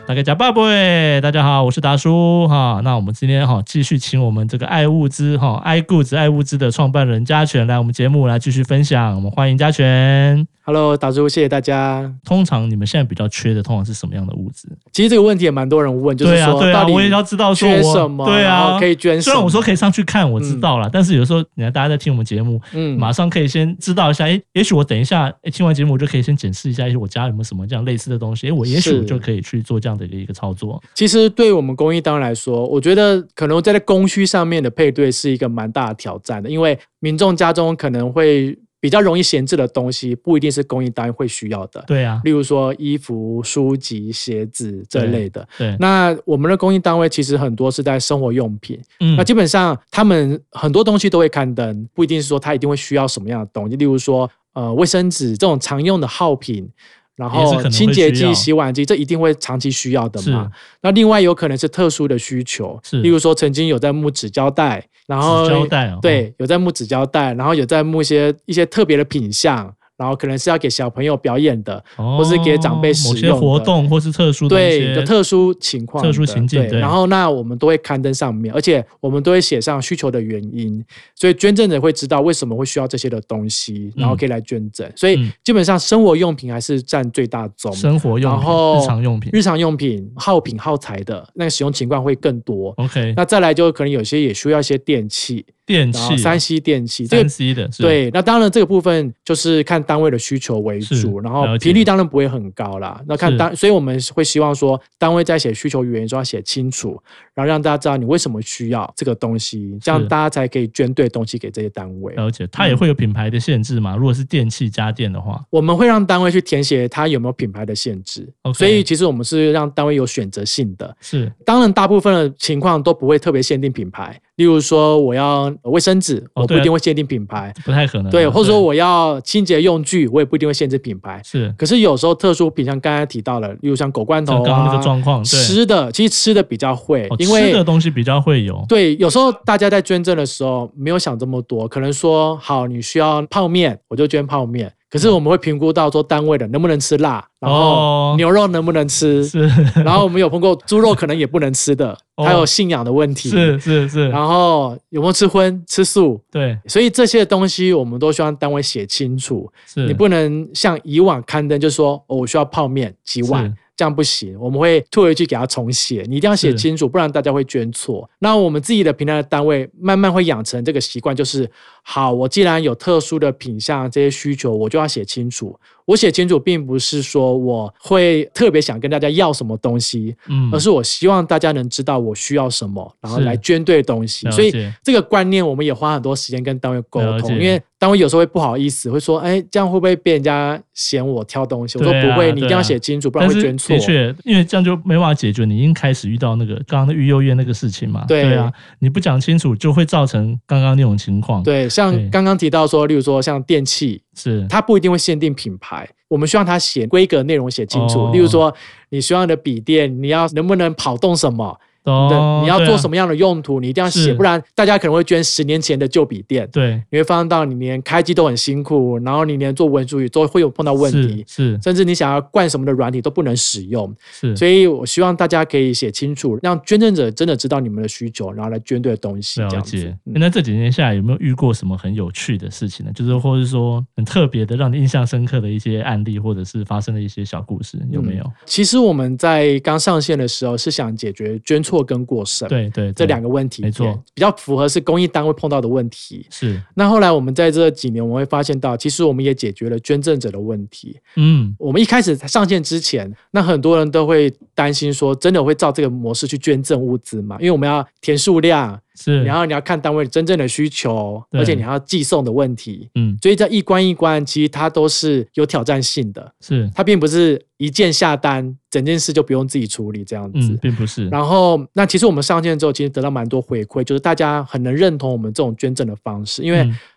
大家假爸爸，大家好，我是达叔哈。那我们今天继续请我们这个爱物资爱物资的创办人嘉全来我们节目来继续分享。我们欢迎嘉全。 Hello， 达叔，谢谢大家。 通常你们现在比较缺的，通常是什么样的物资？ 其实这个问题也蛮多人问，就是说， 对啊，我也要知道说缺什么， 对啊， 然后可以捐什么。 虽然我说可以上去看，我知道了，但是有时候你看大家在听我们节目，马上可以先知道一下，也许我等一下听完节目，我就可以先检视一下，我家有没有什么这样类似的东西，我也许我就可以去做这样的一个操作。 其实对我们公益单位来说，我觉得可能在供需上面的配对是一个蛮大的挑战的，因为民众家中可能会比较容易闲置的东西，不一定是公益单位会需要的。 对啊， 例如说衣服、书籍、鞋子这类的。 对， 那我们的公益单位其实很多是在生活用品。那基本上他们很多东西都会刊登，不一定是说他一定会需要什么样的东西。例如说卫生纸这种常用的耗品。然后清洁剂、洗碗机，这一定会长期需要的嘛。那另外有可能是特殊的需求，例如说曾经有在募纸胶带，然后纸胶带对，有在募纸胶带，然后有在募一些特别的品项。然后可能是要给小朋友表演的，或是给长辈使用的某些活动，或是特殊的对的特殊情况、 特殊情境。对， 然后那我们都会刊登上面，而且我们都会写上需求的原因，所以捐赠者会知道为什么会需要这些的东西，然后可以来捐赠。所以基本上生活用品还是占最大宗， 生活用品、 然后日常用品、耗品、耗材的那个使用情况会更多。 OK， 那再来就可能有些也需要一些电器。3C 电器 ，3C 的对，那当然这个部分就是看单位的需求为主，然后频率当然不会很高啦。那看所以我们会希望说，单位在写需求原因的时候要写清楚，然后让大家知道你为什么需要这个东西，这样大家才可以捐对东西给这些单位。 了解，它也会有品牌的限制嘛？如果是电器家电的话， 我们会让单位去填写它有没有品牌的限制。所以其实我们是让单位有选择性的。 是， 当然大部分的情况都不会特别限定品牌。例如说我要卫生纸，我不一定会限定品牌， 不太可能。 对，或者说我要清洁用具，我也不一定会限制品牌。 是， 可是有时候特殊品，像刚才提到的，例如像狗罐头啊， 刚刚那个状况， 吃的其实吃的比较会，因为吃的东西比较会有。 对，有时候大家在捐赠的时候没有想这么多，可能说好你需要泡面，我就捐泡面。可是我们会评估到说单位的能不能吃辣，然后牛肉能不能吃，然后我们有碰过猪肉可能也不能吃的，还有信仰的问题， 是， 然后有没有吃荤吃素， 对， 所以这些东西我们都希望单位写清楚，你不能像以往刊登就说我需要泡面几碗。这样不行，我们会退回去给他重写，你一定要写清楚，不然大家会捐错。那我们自己的平台的单位慢慢会养成这个习惯，就是好，我既然有特殊的品项这些需求，我就要写清楚。我写清楚并不是说我会特别想跟大家要什么东西，而是我希望大家能知道我需要什么，然后来捐对东西。所以这个观念我们也花很多时间跟单位沟通，因为单位有时候会不好意思，会说这样会不会被人家嫌我挑东西？我说不会，你一定要写清楚，不然会捐错。 的确，因为这样就没办法解决你已经开始遇到那个刚刚的育幼院那个事情嘛。对啊，你不讲清楚就会造成刚刚那种情况。 对，像刚刚提到说，例如说像电器，它不一定会限定品牌，我们希望它写规格内容写清楚。例如说，你希望你的笔电，你要能不能跑动什么？你要做什么样的用途，你一定要写，不然大家可能会捐10年前的旧笔电， 对， 你会发现到你连开机都很辛苦，然后你连做文书都会有碰到问题，甚至你想要灌什么的软体都不能使用，所以我希望大家可以写清楚，让捐赠者真的知道你们的需求，然后来捐对东西。 了解。那这几年下来有没有遇过什么很有趣的事情呢？就是或是说很特别的让你印象深刻的一些案例，或者是发生的一些小故事，有没有？ 其实我们在刚上线的时候是想解决捐错跟过剩， 对， 这两个问题， 没错， 比较符合是公益单位碰到的问题。 是。 那后来我们在这几年，我们会发现到，其实我们也解决了捐赠者的问题。我们一开始上线之前，那很多人都会担心说，真的会照这个模式去捐赠物资嘛？因为我们要填数量。然后你要看单位真正的需求，而且你还要寄送的问题，所以这一关一关其实它都是有挑战性的，它并不是一键下单，整件事就不用自己处理这样子， 并不是。 然后那其实我们上线之后，其实得到蛮多回馈，就是大家很能认同我们这种捐赠的方式，因为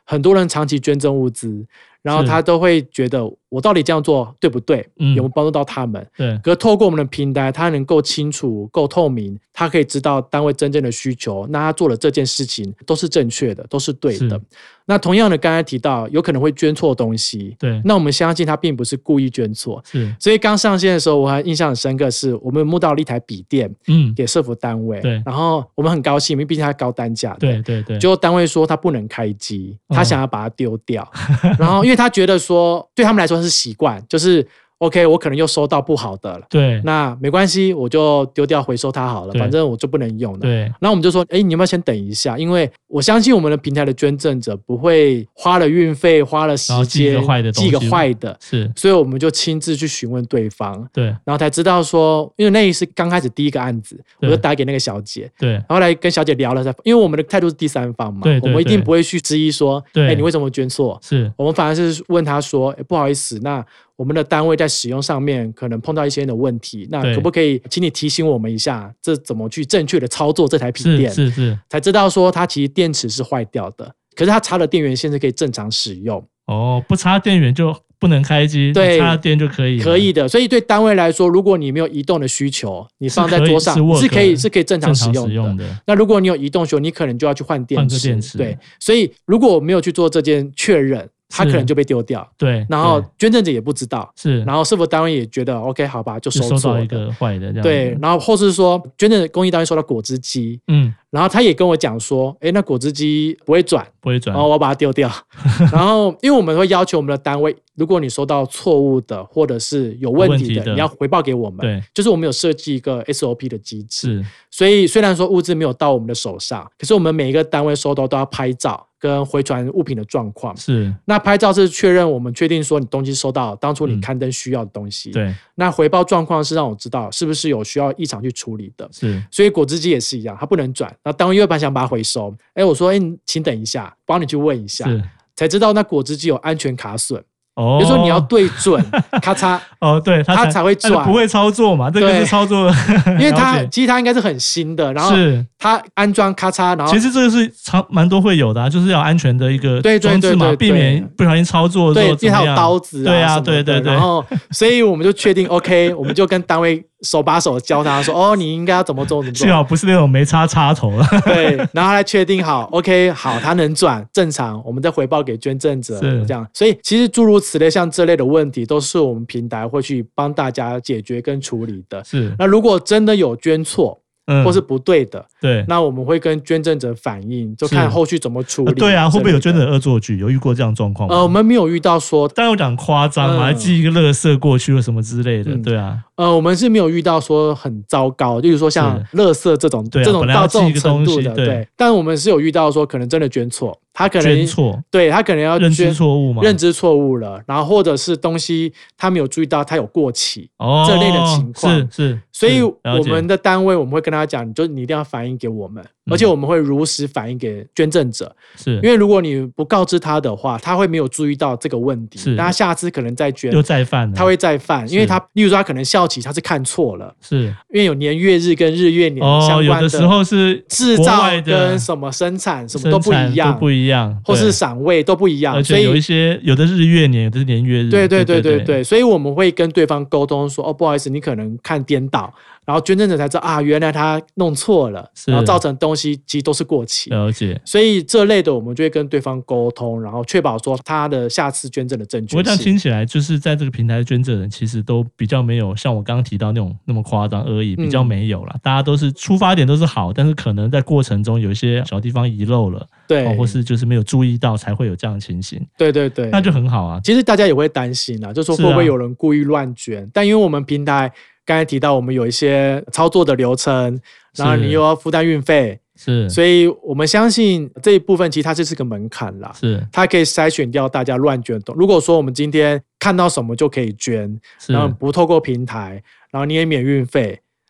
很多人长期捐赠物资，然后他都会觉得我到底这样做对不对？有没有帮助到他们？ 对。 可是透过我们的平台，他能够清楚、够透明，他可以知道单位真正的需求，那他做的这件事情都是正确的，都是对的。那同样的，刚才提到有可能会捐错东西， 对。 那我们相信他并不是故意捐错， 是。 所以刚上线的时候，我还印象很深刻，是我们募到了一台笔电，给社福单位， 对。 然后我们很高兴，因为毕竟它高单价的， 对对对。 结果单位说他不能开机，他想要把它丢掉，然后因为他觉得说对他们来说是习惯，就是 OK， 我可能又收到不好的了， 对， 那没关系，我就丢掉回收它好了，反正我就不能用了。 对， 然后我们就说，哎，你要不要先等一下？因为我相信我们的平台的捐赠者不会花了运费、花了时间寄一个坏的， 是， 所以我们就亲自去询问对方， 对， 然后才知道说，因为那是刚开始第一个案子，我就打给那个小姐， 对， 然后来跟小姐聊了，因为我们的态度是第三方嘛， 对， 我们一定不会去质疑说，哎，你为什么捐错？ 是我们反而是问他说，不好意思，那我们的单位在使用上面可能碰到一些的问题，那可不可以请你提醒我们一下，这怎么去正确的操作这台笔电？ 是， 才知道说它其实电池是坏掉的，可是它插了电源线是可以正常使用。 哦，不插电源就不能开机， 对， 插电就可以， 可以的。所以对单位来说，如果你没有移动的需求，你放在桌上是可以正常使用的。那如果你有移动需求，你可能就要去换电池。对，所以如果我没有去做这件确认，他可能就被丢掉， 对， 然后捐赠者也不知道， 是， 然后社福单位也觉得 OK 好吧，就收到一个坏的这样， 对，然后或是说捐赠公益单位收到果汁机，然后他也跟我讲说，哎，那果汁机不会转，然后我要把它丢掉，然后因为我们会要求我们的单位，如果你收到错误的或者是有问题的，你要回报给我们， 对， 就是我们有设计一个 SOP 的机制， 是， 所以虽然说物资没有到我们的手上，可是我们每一个单位收到都要拍照跟回传物品的状况， 是， 那拍照是确认我们确定说你东西收到当初你刊登需要的东西， 对， 那回报状况是让我知道是不是有需要异常去处理的， 是， 所以果汁机也是一样，它不能转，然后单位又想把它回收，哎，我说，哎，请等一下，帮你去问一下，才知道那果汁机有安全卡损。比如说你要对准，咔嚓， 对， 它才会转， 不会操作嘛，这个是操作， 因为其实它应该是很新的，然后它安装咔嚓，然后其实这个是蛮多会有的，就是要安全的一个装置嘛，避免不小心操作的时候怎么样， 因为它有刀子， 对啊，对， 然后所以我们就确定 OK， 我们就跟单位手把手教他说，你应该要怎么做， 幸好不是那种没插头了， 对，然后来确定好 OK， 好，它能转正常，我们再回报给捐赠者，这样，所以其实诸如此类像这类的问题，都是我们平台会去帮大家解决跟处理的。 是， 那如果真的有捐错，或是不对的， 对， 那我们会跟捐赠者反映，就看后续怎么处理。 对啊，会不会有捐赠恶作剧？有遇过这样状况吗？ 我们没有遇到说， 当然有讲夸张嘛，寄一个垃圾过去或什么之类的，对啊。 我们是没有遇到说很糟糕，例如说像垃圾这种到这种程度的，对。但我们是有遇到说可能真的捐错，他可能捐错， 对他可能要认知错误嘛， 认知错误了，然后或者是东西他没有注意到他有过期，这类的情况是。 所以我们的单位我们会跟他讲，你一定要反映给我们，而且我们会如实反映给捐赠者， 是因为如果你不告知他的话，他会没有注意到这个问题，那他下次可能再捐又再犯， 他会再犯，因为他例如说他可能校期他是看错了， 是因为有年月日跟日月年相关的， 有的时候是制造跟什么生产什么都不一样，或是赏味都不一样， 所以有的日月年，有的是年月日， 对，所以我们会跟对方沟通说，不好意思，你可能看颠倒，然后捐赠者才知道原来他弄错了，然后造成东西其实都是过期， 了解。 所以这类的我们就会跟对方沟通，然后确保说他的下次捐赠的正确性。 我这样听起来，就是在这个平台的捐赠人其实都比较没有像我刚刚提到那么夸张而已，比较没有啦。大家都是出发点都是好，但是可能在过程中有一些小地方遗漏了， 对， 或是就是没有注意到，才会有这样的情形。 对， 那就很好啊。 其实大家也会担心啊，就说会不会有人故意乱捐？但因为我们平台刚才提到，我们有一些操作的流程，然后你又要负担运费，所以我们相信这一部分其实它就是个门槛啦，它可以筛选掉大家乱捐的。如果说我们今天看到什么就可以捐，然后不透过平台，然后你也免运费，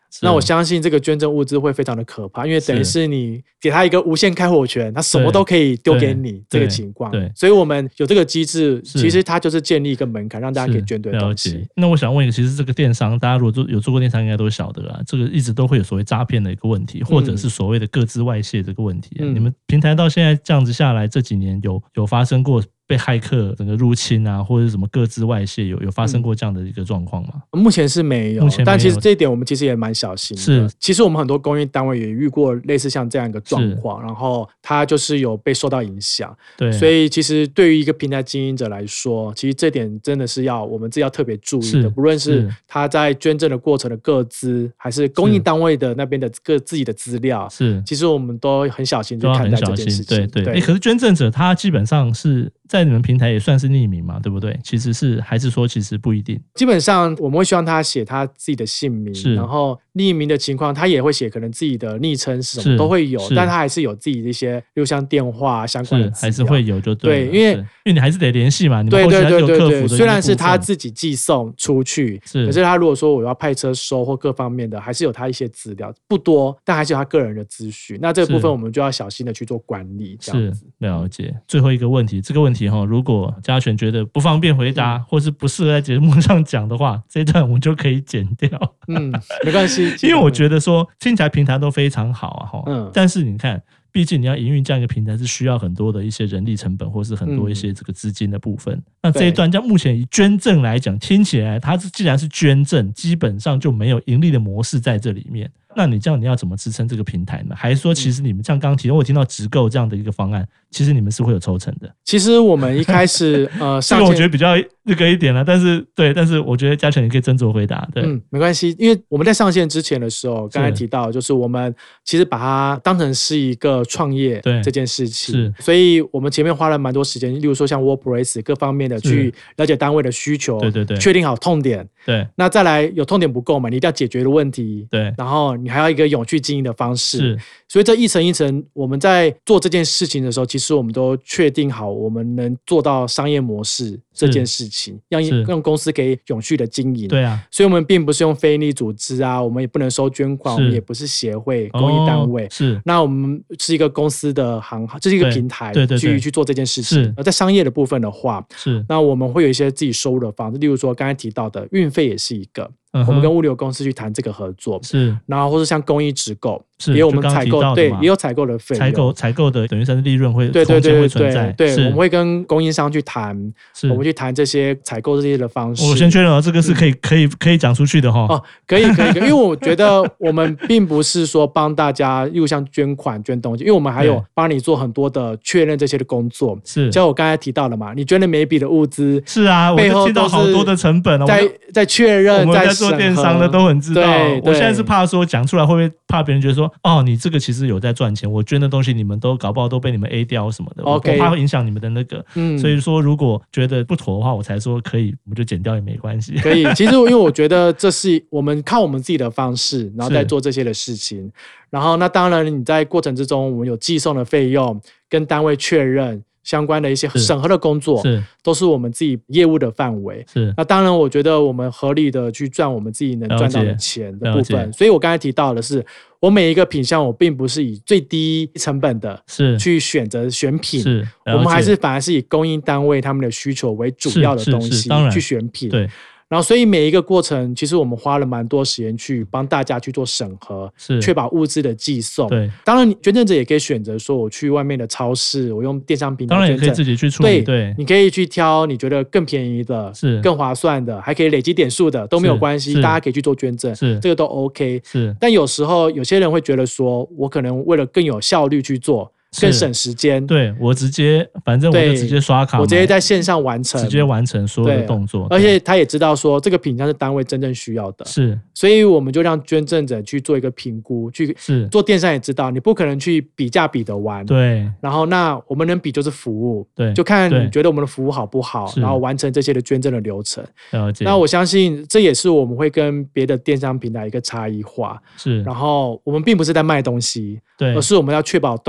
那我相信这个捐赠物资会非常的可怕，因为等于是你给他一个无限开火权，他什么都可以丢给你这个情况。所以我们有这个机制，其实它就是建立一个门槛，让大家可以捐对东西。 那我想问一个，其实这个电商，大家如果有做过电商，应该都晓得啊，这个一直都会有所谓诈骗的一个问题，或者是所谓的个资外泄这个问题。你们平台到现在这样子下来，这几年有发生过被骇客整个入侵啊，或者是什么个资外泄，有发生过这样的一个状况吗？ 目前是没有，但其实这一点我们其实也蛮小心的。 是， 其实我们很多公益单位也遇过类似像这样一个状况，然后他就是有被受到影响。 对， 所以其实对于一个平台经营者来说，其实这点真的是我们自己要特别注意的。不论是他在捐赠的过程的个资，还是公益单位的那边的自己的资料，其实我们都很小心去看待这件事情。 对。可是捐赠者他基本上是在你们平台也算是匿名嘛，对不对？其实还是说其实不一定。 基本上我们会希望他写他自己的姓名，然后匿名的情况他也会写可能自己的昵称是什么都会有，但他还是有自己的一些，例如像电话相关的资料还是会有就对了。 对，因为你还是得联系嘛，你们后期还是有客服的。 虽然是他自己寄送出去，可是他如果说我要派车收或各方面的，还是有他一些资料，不多，但还是有他个人的资讯。那这个部分我们就要小心的去做管理，这样子。 了解。最后一个问题，这个问题如果嘉全觉得不方便回答，或是不适合在节目上讲的话，这一段我们就可以剪掉。 没关系， 因为我觉得说听起来平台都非常好啊，但是你看，毕竟你要营运这样一个平台是需要很多的一些人力成本，或是很多一些这个资金的部分。那这一段目前以捐赠来讲，听起来它既然是捐赠，基本上就没有盈利的模式在这里面。那你这样你要怎么支撑这个平台呢？还是说其实你们像刚刚提到，我听到直购这样的一个方案，其实你们是会有抽成的？ 其实我们一开始这个我觉得比较那个一点了，但是我觉得嘉全你可以斟酌回答。对， 没关系，因为我们在上线之前的时候，刚才提到就是我们其实把它当成是一个创业这件事情，所以我们前面花了蛮多时间，例如说像 WordPress 各方面的去了解单位的需求， 对， 确定好痛点， 对， 那再来有痛点不够嘛，你一定要解决的问题， 对， 然后你还要一个永续经营的方式，所以这一层一层，我们在做这件事情的时候，其实我们都确定好我们能做到商业模式这件事情，让公司可以永续的经营。 对啊， 所以我们并不是用非营利组织啊，我们也不能收捐款，我们也不是协会、公益单位，那我们是一个公司的这是一个平台，去做这件事情。而在商业的部分的话，那我们会有一些自己收入的方式，例如说刚才提到的运费也是一个。我们跟物流公司去谈这个合作，然后或是像公益直购，也有我们采购，对，也有采购的费用， 采购的等于算是利润会对存在， 对，我们会跟供应商去谈，我们去谈这些采购这些的方式。 我先确认了，这个是可以讲出去的哈。 可以，因为我觉得我们并不是说帮大家，例如像捐款、捐东西，因为我们还有帮你做很多的确认这些的工作。像我刚才提到的嘛，你捐的每一笔的物资， 是啊，背后都好多的成本， 在确认，在做电商的都很知道。我现在是怕说讲出来会不会怕别人觉得说你这个其实有在赚钱，我捐的东西你们都搞不好都被你们 A 掉什么的，我怕会影响你们的那个。所以说如果觉得不妥的话，我才说可以，我们就剪掉也没关系。 可以，其实因为我觉得这是我们靠我们自己的方式，然后再做这些的事情。然后那当然你在过程之中，我们有寄送的费用，跟单位确认。相关的一些审核的工作，都是我们自己业务的范围。那当然，我觉得我们合理的去赚我们自己能赚到的钱的部分。所以我刚才提到的是，我每一个品项，我并不是以最低成本的去选品，我们还是反而是以供应单位他们的需求为主要的东西去选品。对。然后，所以每一个过程，其实我们花了蛮多时间去帮大家去做审核，确保物资的寄送。对，当然，捐赠者也可以选择说，我去外面的超市，我用电商平台捐赠， 当然也可以自己去处理。对， 你可以去挑你觉得更便宜的、更划算的，还可以累积点数的都没有关系，大家可以去做捐赠，这个都 OK。但有时候有些人会觉得说，我可能为了更有效率去做。更省时间， 对，我直接反正我就直接刷卡， 我直接在线上完成， 直接完成所有的动作， 而且他也知道说这个品项是单位真正需要的，所以我们就让捐赠者去做一个评估，去做电商也知道你不可能去比价比得完，对，然后那我们能比就是服务，对，就看你觉得我们的服务好不好，然后完成这些的捐赠的流程。那我相信这也是我们会跟别的电商平台一个差异化，然后我们并不是在卖东西，对，而是我们要确保东西是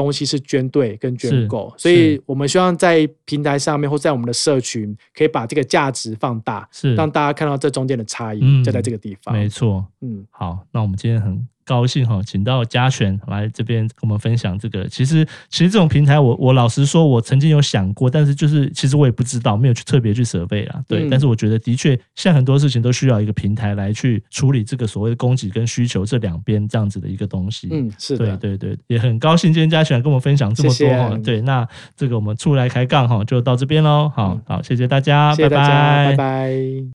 捐对跟捐够，所以我们希望在平台上面或在我们的社群可以把这个价值放大，让大家看到这中间的差异就在这个地方。 没错，好，那我们今天很高兴请到嘉全来这边跟我们分享这个。其实这种平台我老实说，我曾经有想过，但是就是其实我也不知道，没有特别去survey啦。对，但是我觉得的确，现在很多事情都需要一个平台来去处理这个所谓的供给跟需求这两边这样子的一个东西。 是的， 对，也很高兴今天嘉全跟我们分享这么多。 谢谢。 对，那这个我们出来开杠就到这边喽。好，谢谢大家， 谢谢大家，拜拜。